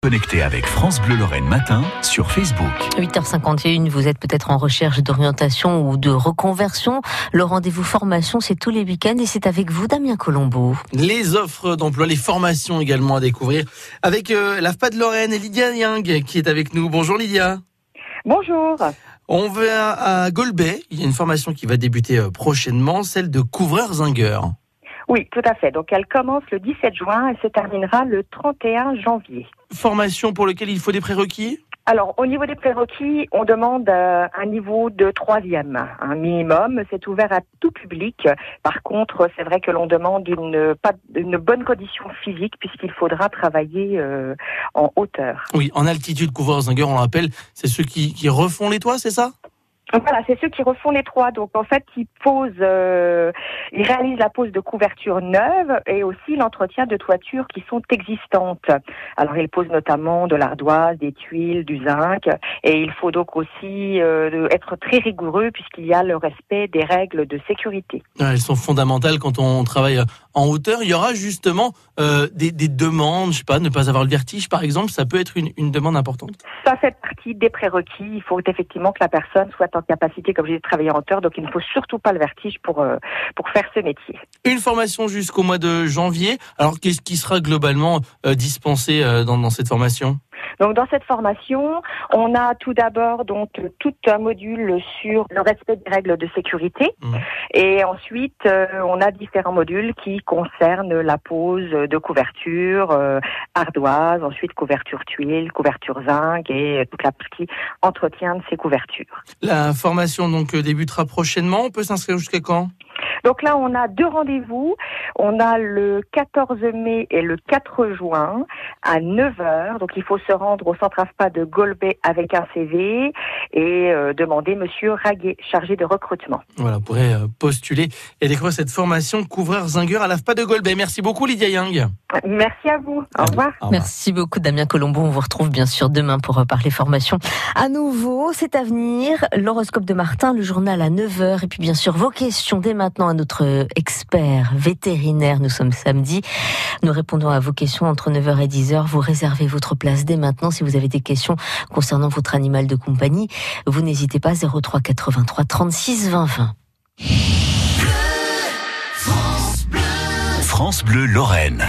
connecté avec France Bleu Lorraine Matin sur Facebook. 8h51, vous êtes peut-être en recherche d'orientation ou de reconversion. Le rendez-vous formation, c'est tous les week-ends et c'est avec vous, Damien Colombo. Les offres d'emploi, les formations également à découvrir avec l'AFPA de Lorraine et Lydia Young qui est avec nous. Bonjour Lydia. Bonjour. On va à Golbet. Il y a une formation qui va débuter prochainement, celle de couvreur-zingueur. Oui, tout à fait. Donc elle commence le 17 juin et se terminera le 31 janvier. Formation pour laquelle il faut des prérequis ? Alors, au niveau des prérequis, on demande un niveau de 3e, un minimum. C'est ouvert à tout public. Par contre, c'est vrai que l'on demande une bonne condition physique puisqu'il faudra travailler en hauteur. Oui, en altitude, couvreur-zingueur, on le rappelle, c'est ceux qui refont les toits, c'est ça ? Voilà, c'est ceux qui refont les toits. Donc en fait, ils réalisent la pose de couverture neuve et aussi l'entretien de toitures qui sont existantes. Alors ils posent notamment de l'ardoise, des tuiles, du zinc, et il faut donc aussi être très rigoureux puisqu'il y a le respect des règles de sécurité. Elles sont fondamentales quand on travaille en hauteur. Il y aura justement des demandes, je sais pas, ne pas avoir le vertige par exemple, ça peut être une demande importante. Ça fait partie des prérequis. Il faut effectivement que la personne soit en capacité, comme je dis, de travailler en hauteur. Donc il ne faut surtout pas le vertige pour faire ce métier. Une formation jusqu'au mois de janvier. Alors qu'est-ce qui sera globalement dispensé dans cette formation ? Donc dans cette formation, on a tout d'abord donc tout un module sur le respect des règles de sécurité et ensuite on a différents modules qui concernent la pose de couverture, ardoise, ensuite couverture tuile, couverture zinc et toute la partie entretien de ces couvertures. La formation donc débutera prochainement, on peut s'inscrire jusqu'à quand ? Donc là, on a 2 rendez-vous. On a le 14 mai et le 4 juin à 9h. Donc il faut se rendre au centre AFPA de Golbet avec un CV et demander Monsieur Raguet, chargé de recrutement. Voilà, vous pourrez postuler et découvrir cette formation couvreur-zingueur à l'AFPA de Golbet. Merci beaucoup Lydia Young. Merci à vous. Au revoir. Merci beaucoup Damien Colombo. On vous retrouve bien sûr demain pour parler formation. À nouveau, c'est à venir. L'horoscope de Martin, le journal à 9h et puis bien sûr vos questions dès maintenant à notre expert vétérinaire. Nous sommes samedi. Nous répondons à vos questions entre 9h et 10h. Vous réservez votre place dès maintenant. Si vous avez des questions concernant votre animal de compagnie, vous n'hésitez pas, 03 83 36 20 20. France Bleu Lorraine.